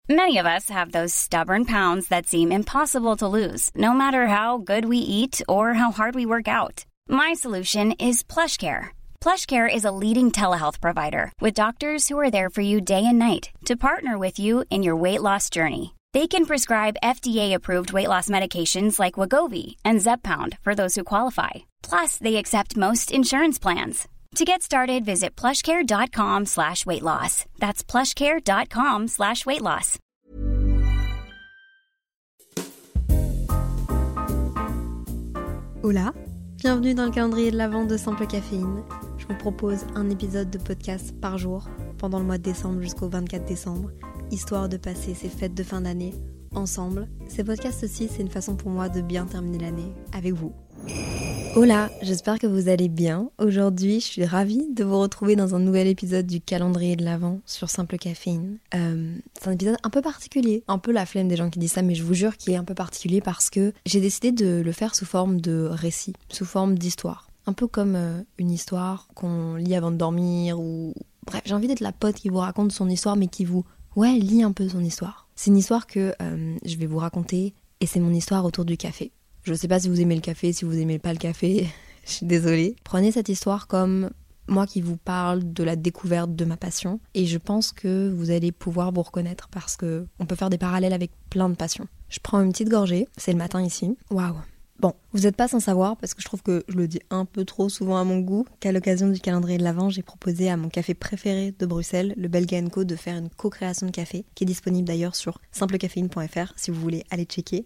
Many of us have those stubborn pounds that seem impossible to lose, no matter how good we eat or how hard we work out. My solution is PlushCare. PlushCare is a leading telehealth provider with doctors who are there for you day and night to partner with you in your weight loss journey. They can prescribe FDA-approved weight loss medications like Wegovy and Zepbound for those who qualify. Plus, they accept most insurance plans. To get started, visit plushcare.com/weightloss. That's plushcare.com/weightloss. Hola, bienvenue dans le calendrier de l'Avent de Simple Caféine. Je vous propose un épisode de podcast par jour pendant le mois de décembre jusqu'au 24 décembre, histoire de passer ces fêtes de fin d'année ensemble. Ces podcasts aussi, c'est une façon pour moi de bien terminer l'année avec vous. Hola, j'espère que vous allez bien. Aujourd'hui, je suis ravie de vous retrouver dans un nouvel épisode du calendrier de l'Avent sur Simple Caféine. C'est un épisode un peu particulier, un peu la flemme des gens qui disent ça, mais je vous jure qu'il est un peu particulier parce que j'ai décidé de le faire sous forme de récit, sous forme d'histoire. Un peu comme une histoire qu'on lit avant de dormir ou... Bref, j'ai envie d'être la pote qui vous raconte son histoire mais qui vous... lit un peu son histoire. C'est une histoire que je vais vous raconter et c'est mon histoire autour du café. Je sais pas si vous aimez le café, si vous aimez pas le café, je suis désolée. Prenez cette histoire comme moi qui vous parle de la découverte de ma passion et je pense que vous allez pouvoir vous reconnaître parce que on peut faire des parallèles avec plein de passions. Je prends une petite gorgée, c'est le matin ici. Waouh. Bon, vous n'êtes pas sans savoir, parce que je trouve que je le dis un peu trop souvent à mon goût, qu'à l'occasion du calendrier de l'Avent, j'ai proposé à mon café préféré de Bruxelles, le Belga & Co, de faire une co-création de café, qui est disponible d'ailleurs sur simplecaféine.fr si vous voulez aller checker.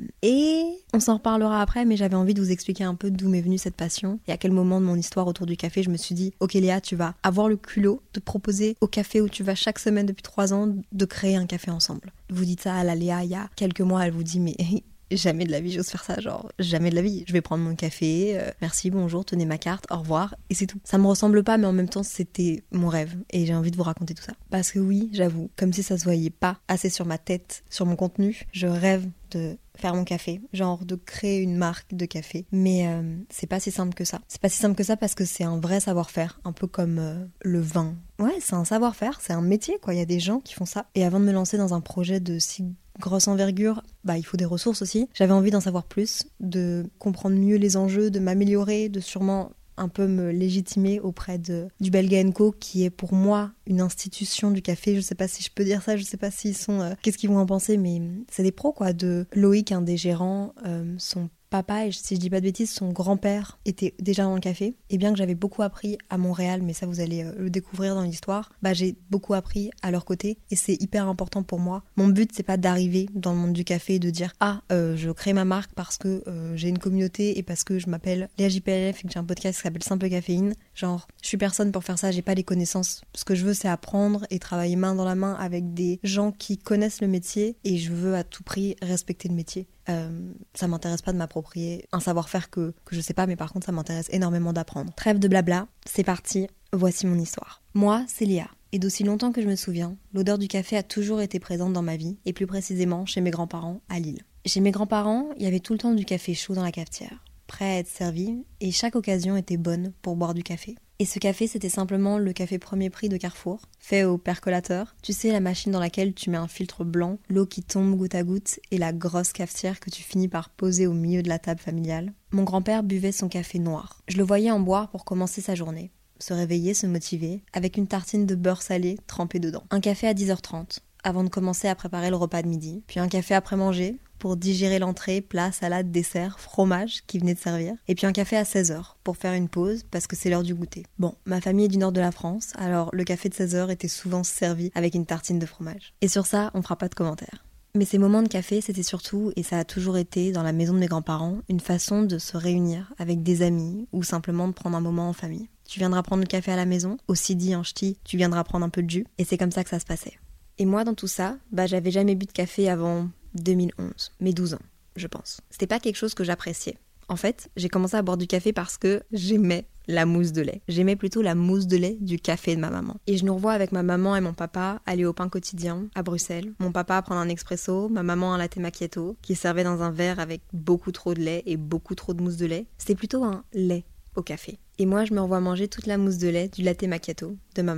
Et on s'en reparlera après, mais j'avais envie de vous expliquer un peu d'où m'est venue cette passion, et à quel moment de mon histoire autour du café, je me suis dit, ok Léa, tu vas avoir le culot de proposer au café où tu vas chaque semaine depuis 3 ans, de créer un café ensemble. Vous dites ça à la Léa il y a quelques mois, elle vous dit, mais... jamais de la vie j'ose faire ça, genre jamais de la vie. Je vais prendre mon café, merci, bonjour, tenez ma carte, au revoir, et c'est tout. Ça me ressemble pas, mais en même temps c'était mon rêve, et j'ai envie de vous raconter tout ça. Parce que oui, j'avoue, comme si ça se voyait pas assez sur ma tête, sur mon contenu, je rêve de faire mon café, genre de créer une marque de café. Mais c'est pas si simple que ça. C'est pas si simple que ça parce que c'est un vrai savoir-faire, un peu comme le vin. Ouais, c'est un savoir-faire, c'est un métier quoi, il y a des gens qui font ça. Et avant de me lancer dans un projet de si grosse envergure, il faut des ressources aussi. J'avais envie d'en savoir plus, de comprendre mieux les enjeux, de m'améliorer, de sûrement un peu me légitimer auprès du Belga & Co qui est pour moi une institution du café. Je sais pas si je peux dire ça, je sais pas s'ils sont... qu'est-ce qu'ils vont en penser, mais c'est des pros quoi. De Loïc, un des gérants, son papa, et si je dis pas de bêtises, son grand-père était déjà dans le café. Et bien que j'avais beaucoup appris à Montréal, mais ça vous allez le découvrir dans l'histoire, j'ai beaucoup appris à leur côté et c'est hyper important pour moi. Mon but, c'est pas d'arriver dans le monde du café et de dire je crée ma marque parce que j'ai une communauté et parce que je m'appelle Léa JPLF et que j'ai un podcast qui s'appelle Simple Caféine. Genre, je suis personne pour faire ça, j'ai pas les connaissances. Ce que je veux, c'est apprendre et travailler main dans la main avec des gens qui connaissent le métier et je veux à tout prix respecter le métier. Ça m'intéresse pas de m'approprier un savoir-faire que je sais pas, mais par contre ça m'intéresse énormément d'apprendre. Trêve de blabla, c'est parti, voici mon histoire. Moi, c'est Léa, et d'aussi longtemps que je me souviens, l'odeur du café a toujours été présente dans ma vie, et plus précisément chez mes grands-parents à Lille. Chez mes grands-parents, il y avait tout le temps du café chaud dans la cafetière, prêt à être servi, et chaque occasion était bonne pour boire du café. Et ce café, c'était simplement le café premier prix de Carrefour, fait au percolateur. Tu sais, la machine dans laquelle tu mets un filtre blanc, l'eau qui tombe goutte à goutte et la grosse cafetière que tu finis par poser au milieu de la table familiale. Mon grand-père buvait son café noir. Je le voyais en boire pour commencer sa journée. Se réveiller, se motiver, avec une tartine de beurre salé trempée dedans. Un café à 10h30, avant de commencer à préparer le repas de midi. Puis un café après manger, pour digérer l'entrée, plat, salade, dessert, fromage qui venait de servir. Et puis un café à 16h pour faire une pause parce que c'est l'heure du goûter. Bon, ma famille est du nord de la France, alors le café de 16h était souvent servi avec une tartine de fromage. Et sur ça, on fera pas de commentaires. Mais ces moments de café, c'était surtout, et ça a toujours été dans la maison de mes grands-parents, une façon de se réunir avec des amis ou simplement de prendre un moment en famille. Tu viendras prendre le café à la maison, aussi dit en ch'ti, tu viendras prendre un peu de jus, et c'est comme ça que ça se passait. Et moi, dans tout ça, j'avais jamais bu de café avant 2011, mes 12 ans, je pense. C'était pas quelque chose que j'appréciais. En fait, j'ai commencé à boire du café parce que j'aimais la mousse de lait. J'aimais plutôt la mousse de lait du café de ma maman. Et je nous revois avec ma maman et mon papa aller au pain quotidien à Bruxelles. Mon papa prendre un expresso, ma maman un latte macchiato qui servait dans un verre avec beaucoup trop de lait et beaucoup trop de mousse de lait. C'était plutôt un lait au café. Et moi, je me revois manger toute la mousse de lait du latte macchiato de ma maman.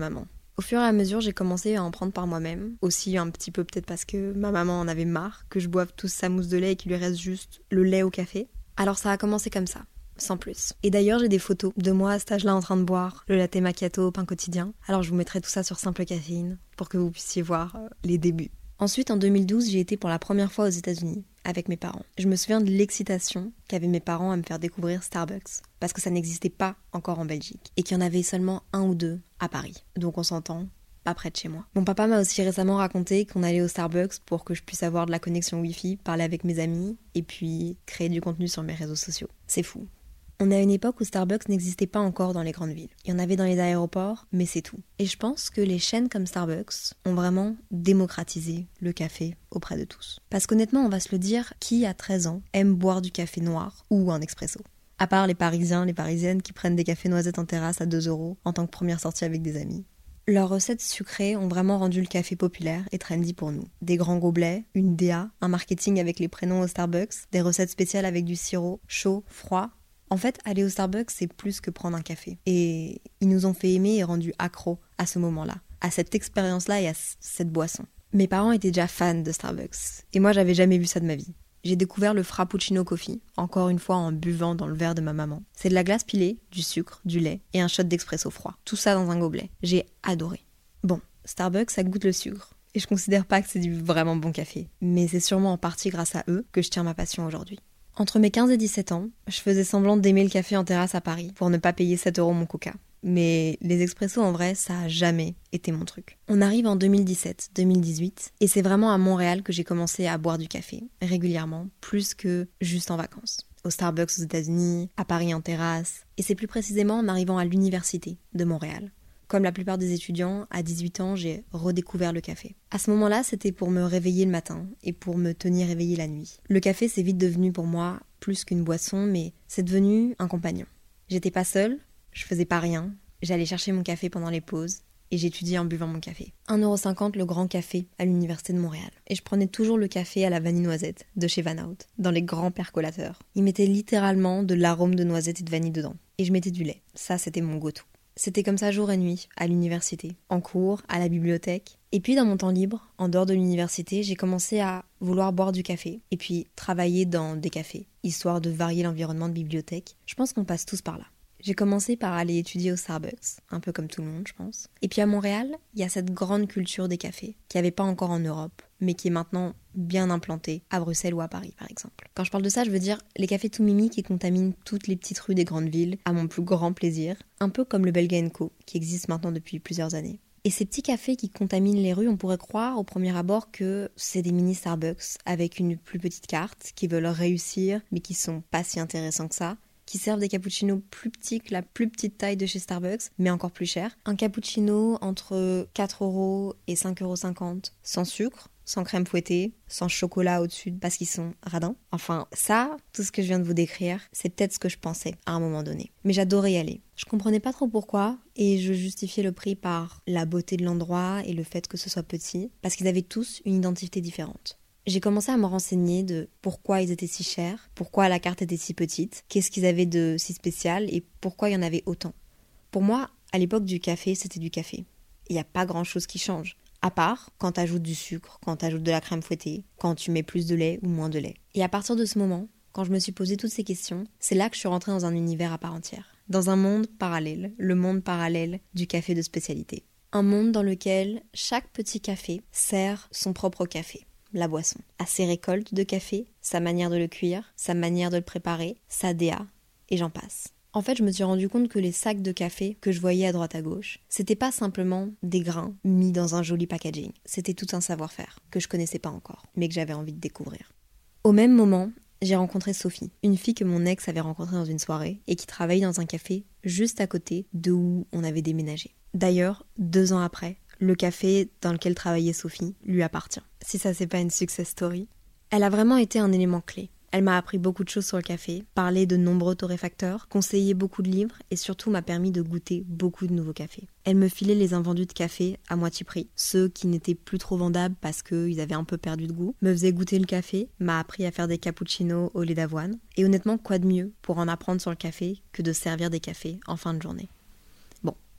Au fur et à mesure, j'ai commencé à en prendre par moi-même. Aussi un petit peu peut-être parce que ma maman en avait marre que je boive tous sa mousse de lait et qu'il lui reste juste le lait au café. Alors ça a commencé comme ça, sans plus. Et d'ailleurs, j'ai des photos de moi à cet âge-là en train de boire le latte macchiato au pain quotidien. Alors je vous mettrai tout ça sur Simple Caféine pour que vous puissiez voir les débuts. Ensuite, en 2012, j'ai été pour la première fois aux États-Unis avec mes parents. Je me souviens de l'excitation qu'avaient mes parents à me faire découvrir Starbucks, parce que ça n'existait pas encore en Belgique, et qu'il y en avait seulement 1 ou 2 à Paris. Donc on s'entend, pas près de chez moi. Mon papa m'a aussi récemment raconté qu'on allait au Starbucks pour que je puisse avoir de la connexion Wi-Fi, parler avec mes amis, et puis créer du contenu sur mes réseaux sociaux. C'est fou. On est à une époque où Starbucks n'existait pas encore dans les grandes villes. Il y en avait dans les aéroports, mais c'est tout. Et je pense que les chaînes comme Starbucks ont vraiment démocratisé le café auprès de tous. Parce qu'honnêtement, on va se le dire, qui à 13 ans aime boire du café noir ou un expresso ? À part les Parisiens, les Parisiennes qui prennent des cafés noisettes en terrasse à 2 € en tant que première sortie avec des amis. Leurs recettes sucrées ont vraiment rendu le café populaire et trendy pour nous. Des grands gobelets, une DA, un marketing avec les prénoms au Starbucks, des recettes spéciales avec du sirop, chaud, froid. En fait, aller au Starbucks, c'est plus que prendre un café. Et ils nous ont fait aimer et rendu accros à ce moment-là, à cette expérience-là et à cette boisson. Mes parents étaient déjà fans de Starbucks. Et moi, j'avais jamais vu ça de ma vie. J'ai découvert le Frappuccino Coffee, encore une fois en buvant dans le verre de ma maman. C'est de la glace pilée, du sucre, du lait et un shot d'expresso froid. Tout ça dans un gobelet. J'ai adoré. Bon, Starbucks, ça goûte le sucre. Et je considère pas que c'est du vraiment bon café. Mais c'est sûrement en partie grâce à eux que je tiens ma passion aujourd'hui. Entre mes 15 et 17 ans, je faisais semblant d'aimer le café en terrasse à Paris pour ne pas payer 7 € mon coca. Mais les expressos, en vrai, ça a jamais été mon truc. On arrive en 2017-2018 et c'est vraiment à Montréal que j'ai commencé à boire du café, régulièrement, plus que juste en vacances. Au Starbucks aux États-Unis, à Paris en terrasse, et c'est plus précisément en arrivant à l'université de Montréal. Comme la plupart des étudiants, à 18 ans, j'ai redécouvert le café. À ce moment-là, c'était pour me réveiller le matin et pour me tenir éveillée la nuit. Le café, c'est vite devenu pour moi plus qu'une boisson, mais c'est devenu un compagnon. J'étais pas seule, je faisais pas rien, j'allais chercher mon café pendant les pauses et j'étudiais en buvant mon café. 1,50 € le grand café à l'université de Montréal. Et je prenais toujours le café à la vanille noisette de chez Van Hout, dans les grands percolateurs. Ils mettaient littéralement de l'arôme de noisette et de vanille dedans. Et je mettais du lait. Ça, c'était mon go-to. C'était comme ça jour et nuit, à l'université, en cours, à la bibliothèque. Et puis dans mon temps libre, en dehors de l'université, j'ai commencé à vouloir boire du café et puis travailler dans des cafés, histoire de varier l'environnement de bibliothèque. Je pense qu'on passe tous par là. J'ai commencé par aller étudier au Starbucks, un peu comme tout le monde, je pense. Et puis à Montréal, il y a cette grande culture des cafés, qu'il n'y avait pas encore en Europe, mais qui est maintenant bien implantée à Bruxelles ou à Paris, par exemple. Quand je parle de ça, je veux dire les cafés tout mimi qui contaminent toutes les petites rues des grandes villes, à mon plus grand plaisir, un peu comme le Belga & Co, qui existe maintenant depuis plusieurs années. Et ces petits cafés qui contaminent les rues, on pourrait croire au premier abord que c'est des mini Starbucks avec une plus petite carte, qui veulent réussir, mais qui sont pas si intéressants que ça, qui servent des cappuccinos plus petits que la plus petite taille de chez Starbucks, mais encore plus cher. Un cappuccino entre 4 € et 5,50 € sans sucre, sans crème fouettée, sans chocolat au-dessus parce qu'ils sont radins. Enfin, ça, tout ce que je viens de vous décrire, c'est peut-être ce que je pensais à un moment donné. Mais j'adorais y aller. Je comprenais pas trop pourquoi et je justifiais le prix par la beauté de l'endroit et le fait que ce soit petit, parce qu'ils avaient tous une identité différente. J'ai commencé à me renseigner de pourquoi ils étaient si chers, pourquoi la carte était si petite, qu'est-ce qu'ils avaient de si spécial et pourquoi il y en avait autant. Pour moi, à l'époque du café, c'était du café. Il n'y a pas grand-chose qui change, à part quand tu ajoutes du sucre, quand tu ajoutes de la crème fouettée, quand tu mets plus de lait ou moins de lait. Et à partir de ce moment, quand je me suis posé toutes ces questions, c'est là que je suis rentrée dans un univers à part entière. Dans un monde parallèle, le monde parallèle du café de spécialité. Un monde dans lequel chaque petit café sert son propre café. La boisson, à ses récoltes de café, sa manière de le cuire, sa manière de le préparer, sa DA, et j'en passe. En fait, je me suis rendu compte que les sacs de café que je voyais à droite à gauche, c'était pas simplement des grains mis dans un joli packaging, c'était tout un savoir-faire que je connaissais pas encore, mais que j'avais envie de découvrir. Au même moment, j'ai rencontré Sophie, une fille que mon ex avait rencontrée dans une soirée et qui travaillait dans un café juste à côté de où on avait déménagé. D'ailleurs, 2 ans après, le café dans lequel travaillait Sophie lui appartient. Si ça, c'est pas une success story. Elle a vraiment été un élément clé. Elle m'a appris beaucoup de choses sur le café, parlé de nombreux torréfacteurs, conseillé beaucoup de livres et surtout m'a permis de goûter beaucoup de nouveaux cafés. Elle me filait les invendus de café à moitié prix, ceux qui n'étaient plus trop vendables parce qu'ils avaient un peu perdu de goût, me faisait goûter le café, m'a appris à faire des cappuccinos au lait d'avoine. Et honnêtement, quoi de mieux pour en apprendre sur le café que de servir des cafés en fin de journée. Bon,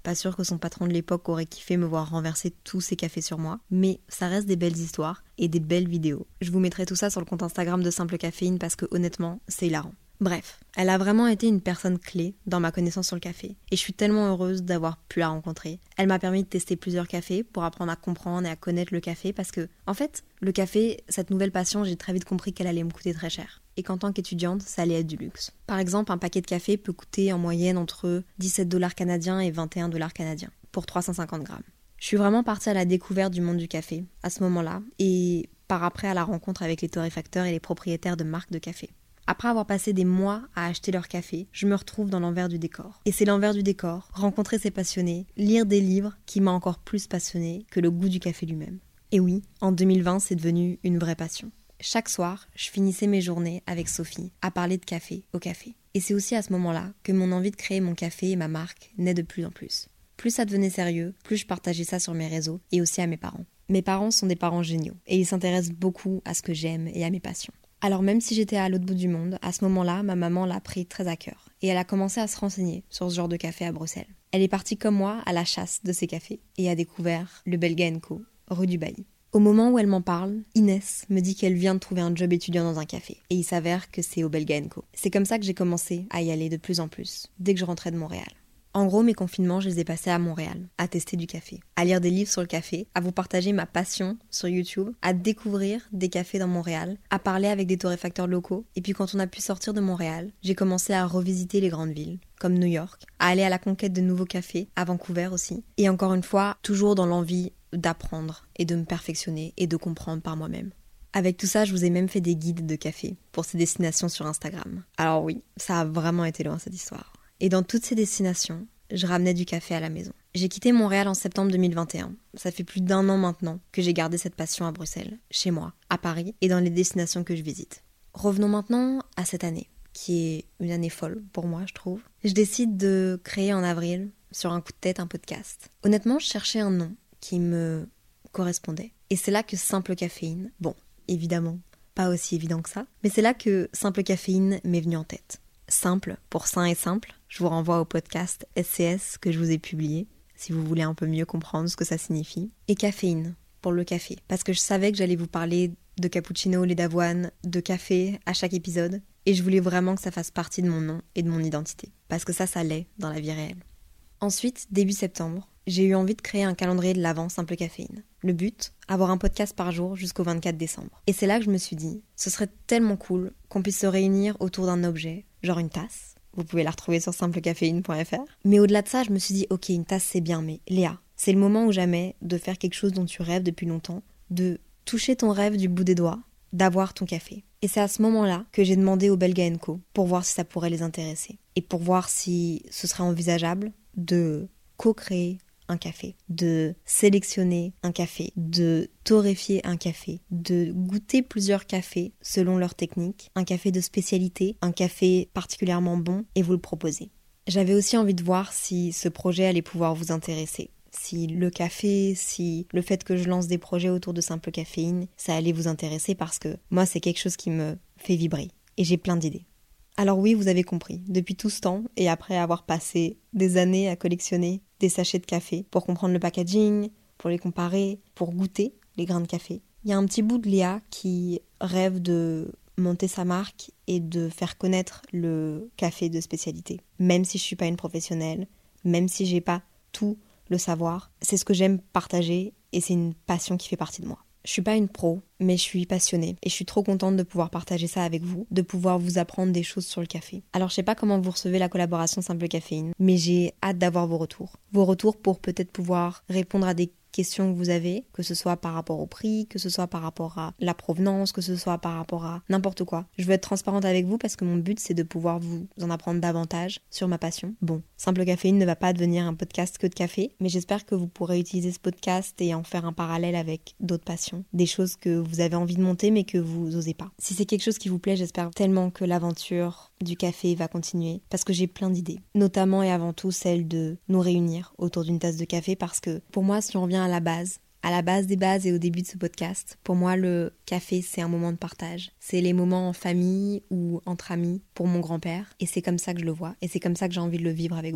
Pas sûr que son patron de l'époque aurait kiffé me voir renverser tous ses cafés sur moi, mais ça reste des belles histoires et des belles vidéos. Je vous mettrai tout ça sur le compte Instagram de Simple Caféine parce que honnêtement, c'est hilarant. Bref, elle a vraiment été une personne clé dans ma connaissance sur le café et je suis tellement heureuse d'avoir pu la rencontrer. Elle m'a permis de tester plusieurs cafés pour apprendre à comprendre et à connaître le café parce que, en fait, le café, cette nouvelle passion, j'ai très vite compris qu'elle allait me coûter très cher. Et qu'en tant qu'étudiante, ça allait être du luxe. Par exemple, un paquet de café peut coûter en moyenne entre 17 $ canadiens et 21 $ canadiens pour 350 grammes. Je suis vraiment partie à la découverte du monde du café à ce moment-là et par après à la rencontre avec les torréfacteurs et les propriétaires de marques de café. Après avoir passé des mois à acheter leur café, je me retrouve dans l'envers du décor. Et c'est l'envers du décor, rencontrer ces passionnés, lire des livres qui m'a encore plus passionnée que le goût du café lui-même. Et oui, en 2020, c'est devenu une vraie passion. Chaque soir, je finissais mes journées avec Sophie à parler de café au café. Et c'est aussi à ce moment-là que mon envie de créer mon café et ma marque naît de plus en plus. Plus ça devenait sérieux, plus je partageais ça sur mes réseaux et aussi à mes parents. Mes parents sont des parents géniaux et ils s'intéressent beaucoup à ce que j'aime et à mes passions. Alors même si j'étais à l'autre bout du monde, à ce moment-là, ma maman l'a pris très à cœur et elle a commencé à se renseigner sur ce genre de café à Bruxelles. Elle est partie comme moi à la chasse de ces cafés et a découvert le Belga & Co, rue du Bailly. Au moment où elle m'en parle, Inès me dit qu'elle vient de trouver un job étudiant dans un café et il s'avère que c'est au Belga & Co. C'est comme ça que j'ai commencé à y aller de plus en plus, dès que je rentrais de Montréal. En gros, mes confinements, je les ai passés à Montréal, à tester du café, à lire des livres sur le café, à vous partager ma passion sur YouTube, à découvrir des cafés dans Montréal, à parler avec des torréfacteurs locaux. Et puis quand on a pu sortir de Montréal, j'ai commencé à revisiter les grandes villes, comme New York, à aller à la conquête de nouveaux cafés, à Vancouver aussi. Et encore une fois, toujours dans l'envie d'apprendre et de me perfectionner et de comprendre par moi-même. Avec tout ça, je vous ai même fait des guides de café pour ces destinations sur Instagram. Alors oui, ça a vraiment été loin cette histoire. Et dans toutes ces destinations, je ramenais du café à la maison. J'ai quitté Montréal en septembre 2021. Ça fait plus d'1 an maintenant que j'ai gardé cette passion à Bruxelles, chez moi, à Paris et dans les destinations que je visite. Revenons maintenant à cette année, qui est une année folle pour moi, je trouve. Je décide de créer en avril, sur un coup de tête, un podcast. Honnêtement, je cherchais un nom qui me correspondait. Et c'est là que Simple Caféine, bon, évidemment, pas aussi évident que ça, mais c'est là que Simple Caféine m'est venu en tête. Simple pour sain et simple, je vous renvoie au podcast SCS que je vous ai publié, si vous voulez un peu mieux comprendre ce que ça signifie. Et caféine, pour le café, parce que je savais que j'allais vous parler de cappuccino, lait d'avoine, de café à chaque épisode, et je voulais vraiment que ça fasse partie de mon nom et de mon identité, parce que ça l'est dans la vie réelle. Ensuite, début septembre, j'ai eu envie de créer un calendrier de l'Avent Simple Caféine. Le but, avoir un podcast par jour jusqu'au 24 décembre. Et c'est là que je me suis dit, ce serait tellement cool qu'on puisse se réunir autour d'un objet, genre une tasse. Vous pouvez la retrouver sur simplecaféine.fr. Mais au-delà de ça, je me suis dit, ok, une tasse c'est bien, mais Léa, c'est le moment ou jamais de faire quelque chose dont tu rêves depuis longtemps, de toucher ton rêve du bout des doigts, d'avoir ton café. Et c'est à ce moment-là que j'ai demandé au Belga & Co pour voir si ça pourrait les intéresser. Et pour voir si ce serait envisageable de co-créer un café, de sélectionner un café, de torréfier un café, de goûter plusieurs cafés selon leur technique, un café de spécialité, un café particulièrement bon et vous le proposer. J'avais aussi envie de voir si ce projet allait pouvoir vous intéresser. Si le café, si le fait que je lance des projets autour de Simple Caféine, ça allait vous intéresser parce que moi c'est quelque chose qui me fait vibrer et j'ai plein d'idées. Alors oui, vous avez compris, depuis tout ce temps, et après avoir passé des années à collectionner des sachets de café pour comprendre le packaging, pour les comparer, pour goûter les grains de café, il y a un petit bout de Léa qui rêve de monter sa marque et de faire connaître le café de spécialité. Même si je suis pas une professionnelle, même si j'ai pas tout le savoir, c'est ce que j'aime partager et c'est une passion qui fait partie de moi. Je suis pas une pro, mais je suis passionnée et je suis trop contente de pouvoir partager ça avec vous, de pouvoir vous apprendre des choses sur le café. Alors je sais pas comment vous recevez la collaboration Simple Caféine, mais j'ai hâte d'avoir vos retours. Vos retours pour peut-être pouvoir répondre à des questions que vous avez, que ce soit par rapport au prix, que ce soit par rapport à la provenance, que ce soit par rapport à n'importe quoi. Je veux être transparente avec vous parce que mon but c'est de pouvoir vous en apprendre davantage sur ma passion. Bon, Simple Caféine ne va pas devenir un podcast que de café, mais j'espère que vous pourrez utiliser ce podcast et en faire un parallèle avec d'autres passions, des choses que vous avez envie de monter mais que vous osez pas. Si c'est quelque chose qui vous plaît, j'espère tellement que l'aventure du café va continuer parce que j'ai plein d'idées, notamment et avant tout celle de nous réunir autour d'une tasse de café parce que pour moi, si on revient à la base des bases et au début de ce podcast, pour moi le café c'est un moment de partage. C'est les moments en famille ou entre amis pour mon grand-père et c'est comme ça que je le vois et c'est comme ça que j'ai envie de le vivre avec vous.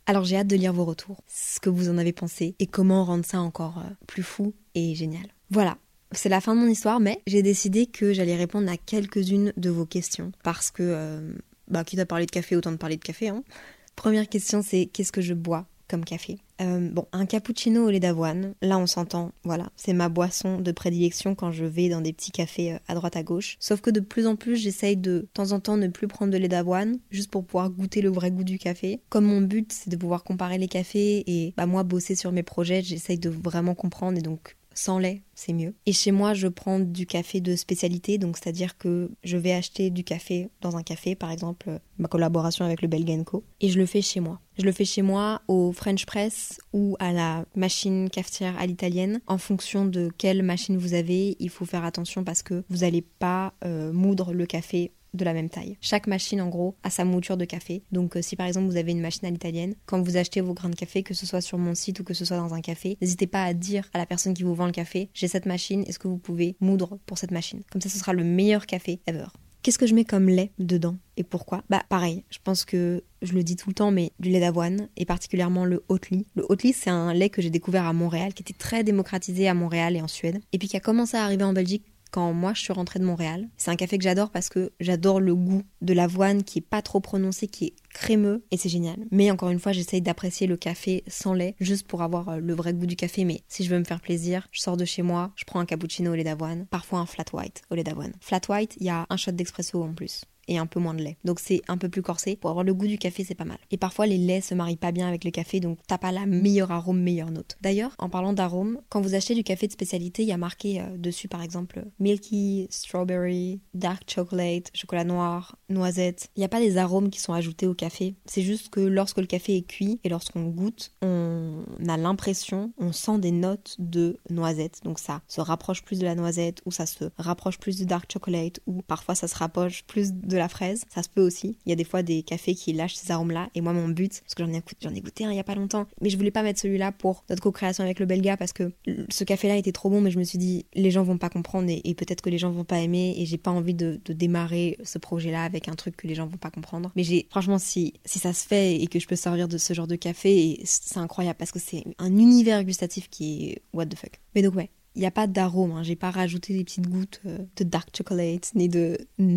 Alors j'ai hâte de lire vos retours, ce que vous en avez pensé et comment rendre ça encore plus fou et génial. Voilà. C'est la fin de mon histoire, mais j'ai décidé que j'allais répondre à quelques-unes de vos questions. Parce que, quitte à parler de café, autant de parler de café. Hein. Première question, c'est qu'est-ce que je bois comme café ? Un cappuccino au lait d'avoine, là on s'entend, voilà, c'est ma boisson de prédilection quand je vais dans des petits cafés à droite à gauche. Sauf que de plus en plus, j'essaye de temps en temps ne plus prendre de lait d'avoine, juste pour pouvoir goûter le vrai goût du café. Comme mon but, c'est de pouvoir comparer les cafés et moi bosser sur mes projets, j'essaye de vraiment comprendre et donc... Sans lait, c'est mieux. Et chez moi, je prends du café de spécialité, donc c'est-à-dire que je vais acheter du café dans un café, par exemple, ma collaboration avec le Belgian Co. Et je le fais chez moi. Je le fais chez moi au French Press ou à la machine cafetière à l'italienne. En fonction de quelle machine vous avez, il faut faire attention parce que vous n'allez pas moudre le café de la même taille. Chaque machine, en gros, a sa mouture de café. Donc, si par exemple, vous avez une machine à l'italienne, quand vous achetez vos grains de café, que ce soit sur mon site ou que ce soit dans un café, n'hésitez pas à dire à la personne qui vous vend le café, j'ai cette machine, est-ce que vous pouvez moudre pour cette machine ? Comme ça, ce sera le meilleur café ever. Qu'est-ce que je mets comme lait dedans et pourquoi ? Pareil, je pense que je le dis tout le temps, mais du lait d'avoine et particulièrement le Oatly. Le Oatly, c'est un lait que j'ai découvert à Montréal, qui était très démocratisé à Montréal et en Suède, et puis qui a commencé à arriver en Belgique quand moi je suis rentrée de Montréal. C'est un café que j'adore parce que j'adore le goût de l'avoine qui est pas trop prononcé, qui est crémeux et c'est génial. Mais encore une fois, j'essaye d'apprécier le café sans lait juste pour avoir le vrai goût du café. Mais si je veux me faire plaisir, je sors de chez moi, je prends un cappuccino au lait d'avoine, parfois un flat white au lait d'avoine. Flat white, il y a un shot d'expresso en plus. Et un peu moins de lait. Donc c'est un peu plus corsé. Pour avoir le goût du café, c'est pas mal. Et parfois, les laits se marient pas bien avec le café, donc t'as pas la meilleure arôme, meilleure note. D'ailleurs, en parlant d'arôme, quand vous achetez du café de spécialité, il y a marqué dessus, par exemple, milky, strawberry, dark chocolate, chocolat noir, noisette. Il n'y a pas des arômes qui sont ajoutés au café. C'est juste que lorsque le café est cuit et lorsqu'on goûte, on a l'impression, on sent des notes de noisette. Donc ça se rapproche plus de la noisette, ou ça se rapproche plus du dark chocolate, ou parfois ça se rapproche plus de la fraise, ça se peut aussi. Il y a des fois des cafés qui lâchent ces arômes-là et moi mon but, parce que j'en ai goûté il y a pas longtemps, mais je voulais pas mettre celui-là pour notre co-création avec le Belga parce que ce café-là était trop bon, mais je me suis dit les gens vont pas comprendre et peut-être que les gens vont pas aimer et j'ai pas envie de démarrer ce projet-là avec un truc que les gens vont pas comprendre. Mais franchement si ça se fait et que je peux servir de ce genre de café, c'est incroyable parce que c'est un univers gustatif qui est what the fuck. Mais donc ouais. Il n'y a pas d'arôme, hein. J'ai pas rajouté des petites gouttes de dark chocolate, ni de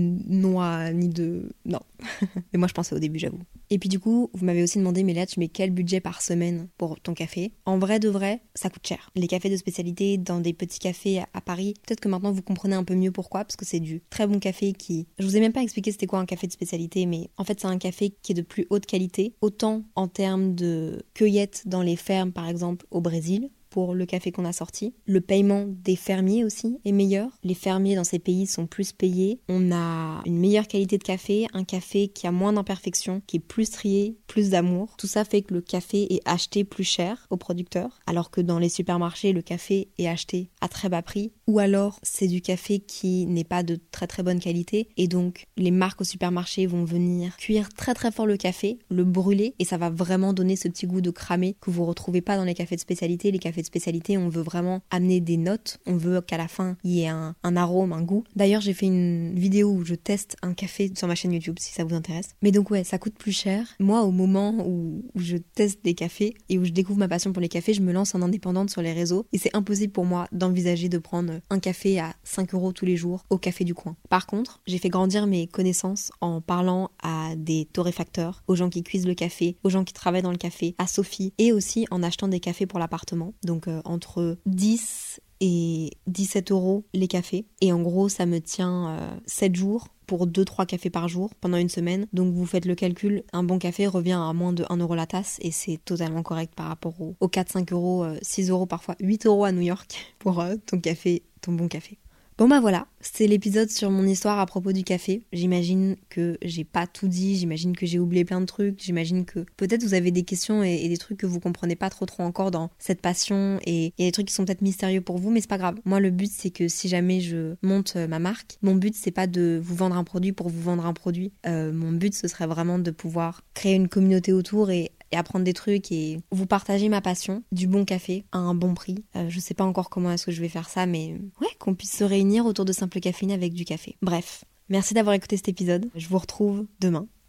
noix, ni de... Non. Mais moi je pensais au début, j'avoue. Et puis du coup, vous m'avez aussi demandé, mais là tu mets quel budget par semaine pour ton café ? En vrai de vrai, ça coûte cher. Les cafés de spécialité dans des petits cafés à Paris, peut-être que maintenant vous comprenez un peu mieux pourquoi, parce que c'est du très bon café qui... Je vous ai même pas expliqué c'était quoi un café de spécialité, mais en fait c'est un café qui est de plus haute qualité, autant en termes de cueillette dans les fermes par exemple au Brésil, pour le café qu'on a sorti. Le paiement des fermiers aussi est meilleur. Les fermiers dans ces pays sont plus payés. On a une meilleure qualité de café, un café qui a moins d'imperfections, qui est plus trié, plus d'amour. Tout ça fait que le café est acheté plus cher aux producteurs, alors que dans les supermarchés, le café est acheté à très bas prix. Ou alors, c'est du café qui n'est pas de très très bonne qualité et donc les marques au supermarché vont venir cuire très très fort le café, le brûler et ça va vraiment donner ce petit goût de cramé que vous retrouvez pas dans les cafés de spécialité. Les cafés de spécialité, on veut vraiment amener des notes, on veut qu'à la fin il y ait un arôme, un goût. D'ailleurs, j'ai fait une vidéo où je teste un café sur ma chaîne YouTube si ça vous intéresse. Mais donc ouais, ça coûte plus cher. Moi, au moment où je teste des cafés et où je découvre ma passion pour les cafés, je me lance en indépendante sur les réseaux et c'est impossible pour moi d'envisager de prendre un café à 5 € tous les jours au café du coin. Par contre, j'ai fait grandir mes connaissances en parlant à des torréfacteurs, aux gens qui cuisent le café, aux gens qui travaillent dans le café, à Sophie et aussi en achetant des cafés pour l'appartement. Donc entre 10 et 17 € les cafés. Et en gros, ça me tient 7 jours pour 2-3 cafés par jour pendant une semaine. Donc vous faites le calcul, un bon café revient à moins de 1 € la tasse et c'est totalement correct par rapport aux 4-5 €, 6 €, parfois 8 € à New York pour ton café, ton bon café. Bon bah voilà, c'est l'épisode sur mon histoire à propos du café. J'imagine que j'ai pas tout dit, j'imagine que j'ai oublié plein de trucs, j'imagine que peut-être vous avez des questions et des trucs que vous comprenez pas trop encore dans cette passion et il y a des trucs qui sont peut-être mystérieux pour vous, mais c'est pas grave. Moi le but c'est que si jamais je monte ma marque, mon but c'est pas de vous vendre un produit pour vous vendre un produit. Mon but ce serait vraiment de pouvoir créer une communauté autour et apprendre des trucs et vous partager ma passion du bon café à un bon prix. Je sais pas encore comment est-ce que je vais faire ça, mais ouais, qu'on puisse se réunir autour de Simple Caféine avec du café. Bref, merci d'avoir écouté cet épisode. Je vous retrouve demain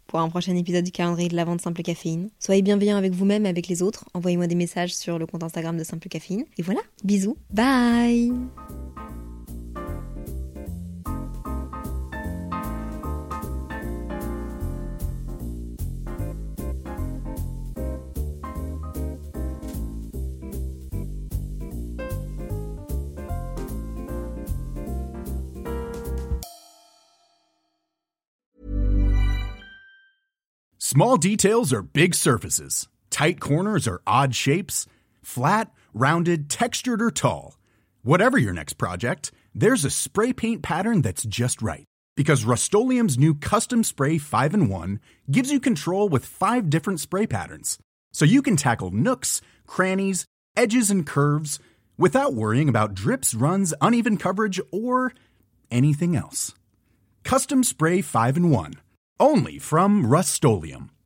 pour un prochain épisode du calendrier de l'Avent de Simple Caféine. Soyez bienveillants avec vous-même et avec les autres. Envoyez-moi des messages sur le compte Instagram de Simple Caféine. Et voilà, bisous, bye! Small details are big surfaces. Tight corners are odd shapes. Flat, rounded, textured, or tall. Whatever your next project, there's a spray paint pattern that's just right. Because Rust-Oleum's new Custom Spray 5-in-1 gives you control with 5 different spray patterns. So you can tackle nooks, crannies, edges, and curves without worrying about drips, runs, uneven coverage, or anything else. Custom Spray 5-in-1. Only from Rust-Oleum.